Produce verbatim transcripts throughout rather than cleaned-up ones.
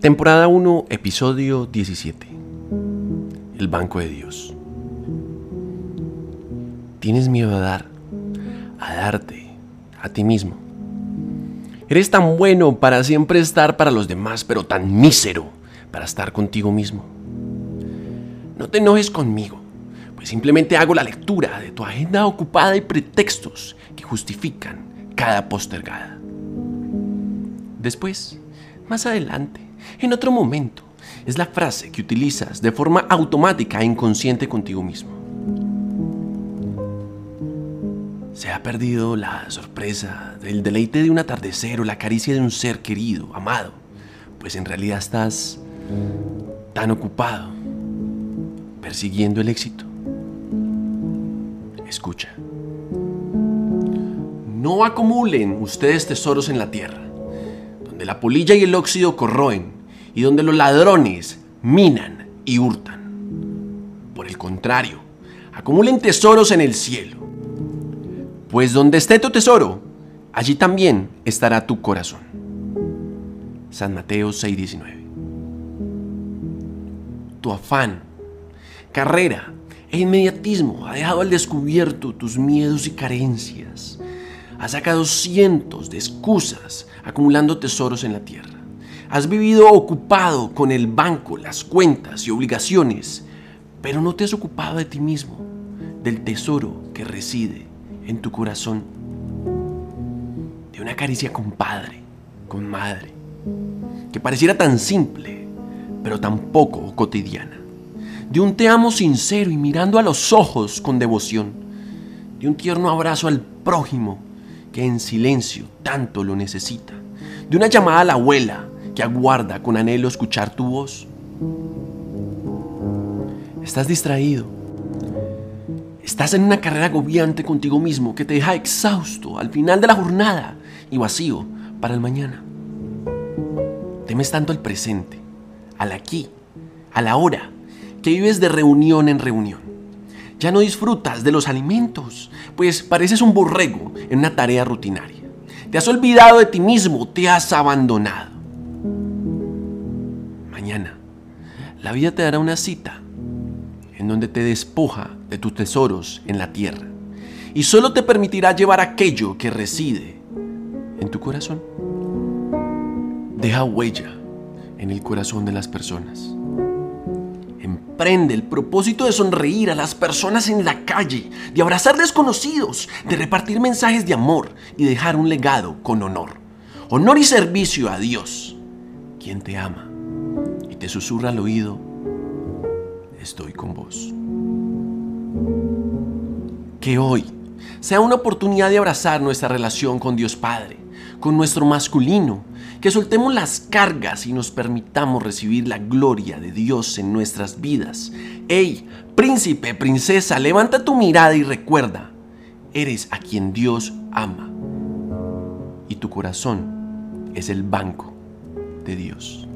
Temporada uno, episodio diecisiete. El banco de Dios. Tienes miedo a dar, a darte, a ti mismo. Eres tan bueno para siempre estar para los demás, pero tan mísero para estar contigo mismo. No te enojes conmigo, pues simplemente hago la lectura de tu agenda ocupada y pretextos que justifican cada postergada. Después, más adelante, en otro momento, es la frase que utilizas de forma automática e inconsciente contigo mismo. Se ha perdido la sorpresa, el deleite de un atardecer o la caricia de un ser querido, amado, pues en realidad estás tan ocupado persiguiendo el éxito. Escucha. No acumulen ustedes tesoros en la tierra, donde la polilla y el óxido corroen y donde los ladrones minan y hurtan. Por el contrario, acumulen tesoros en el cielo, pues donde esté tu tesoro, allí también estará tu corazón. San Mateo seis diecinueve. Tu afán, carrera e inmediatismo ha dejado al descubierto tus miedos y carencias. Has sacado cientos de excusas acumulando tesoros en la tierra. Has vivido ocupado con el banco, las cuentas y obligaciones, pero no te has ocupado de ti mismo, del tesoro que reside en tu corazón, de una caricia con padre, con madre, que pareciera tan simple, pero tan poco cotidiana, de un te amo sincero y mirando a los ojos con devoción, de un tierno abrazo al prójimo que en silencio tanto lo necesita, de una llamada a la abuela que aguarda con anhelo escuchar tu voz. Estás distraído. Estás en una carrera agobiante contigo mismo que te deja exhausto al final de la jornada y vacío para el mañana. Temes tanto al presente, al aquí, a la hora, que vives de reunión en reunión. Ya no disfrutas de los alimentos, pues pareces un borrego en una tarea rutinaria. Te has olvidado de ti mismo, te has abandonado. Mañana, la vida te dará una cita en donde te despoja de tus tesoros en la tierra y solo te permitirá llevar aquello que reside en tu corazón. Deja huella en el corazón de las personas. Emprende el propósito de sonreír a las personas en la calle, de abrazar desconocidos, de repartir mensajes de amor y dejar un legado con honor. Honor y servicio a Dios, quien te ama y te susurra al oído: estoy con vos. Que hoy sea una oportunidad de abrazar nuestra relación con Dios Padre, con nuestro masculino, que soltemos las cargas y nos permitamos recibir la gloria de Dios en nuestras vidas. ¡Ey, príncipe, princesa, levanta tu mirada y recuerda, eres a quien Dios ama y tu corazón es el banco de Dios.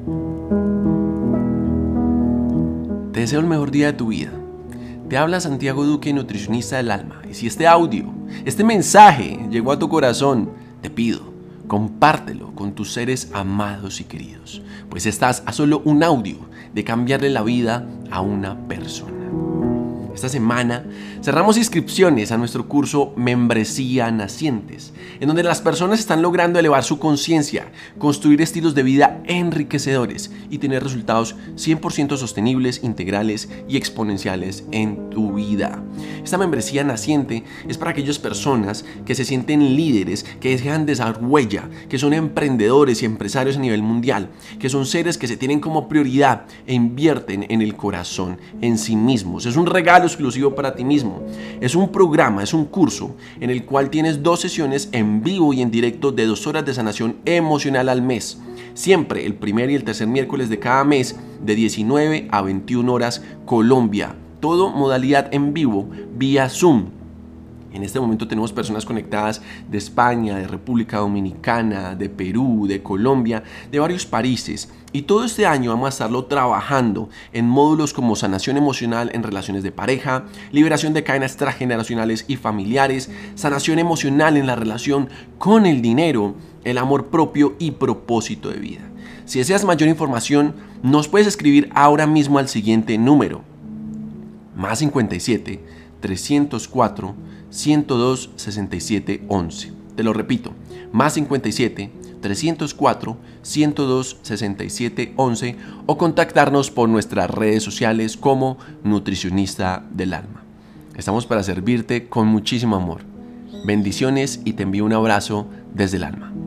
Te deseo el mejor día de tu vida. Te habla Santiago Duque, nutricionista del alma. Y si este audio, este mensaje llegó a tu corazón, te pido, compártelo con tus seres amados y queridos, pues estás a solo un audio de cambiarle la vida a una persona. Esta semana cerramos inscripciones a nuestro curso Membresía Nacientes, en donde las personas están logrando elevar su conciencia, construir estilos de vida enriquecedores y tener resultados cien por ciento sostenibles, integrales y exponenciales en tu vida. Esta membresía naciente es para aquellas personas que se sienten líderes, que desean dejar huella, que son emprendedores y empresarios a nivel mundial, que son seres que se tienen como prioridad e invierten en el corazón, en sí mismos. Es un regalo exclusivo para ti mismo. Es un programa, es un curso en el cual tienes dos sesiones en vivo y en directo de dos horas de sanación emocional al mes. Siempre el primer y el tercer miércoles de cada mes de diecinueve a veintiuna horas Colombia. Todo modalidad en vivo vía Zoom. En este momento tenemos personas conectadas de España, de República Dominicana, de Perú, de Colombia, de varios países. Y todo este año vamos a estarlo trabajando en módulos como sanación emocional en relaciones de pareja, liberación de cadenas transgeneracionales y familiares, sanación emocional en la relación con el dinero, el amor propio y propósito de vida. Si deseas mayor información, nos puedes escribir ahora mismo al siguiente número: más cincuenta y siete, trescientos cuatro, ciento dos, sesenta y siete, once. Te lo repito, más cincuenta y siete, trescientos cuatro, ciento dos, sesenta y siete, once, o contactarnos por nuestras redes sociales como Nutricionista del Alma. Estamos para servirte con muchísimo amor. Bendiciones y te envío un abrazo desde el alma.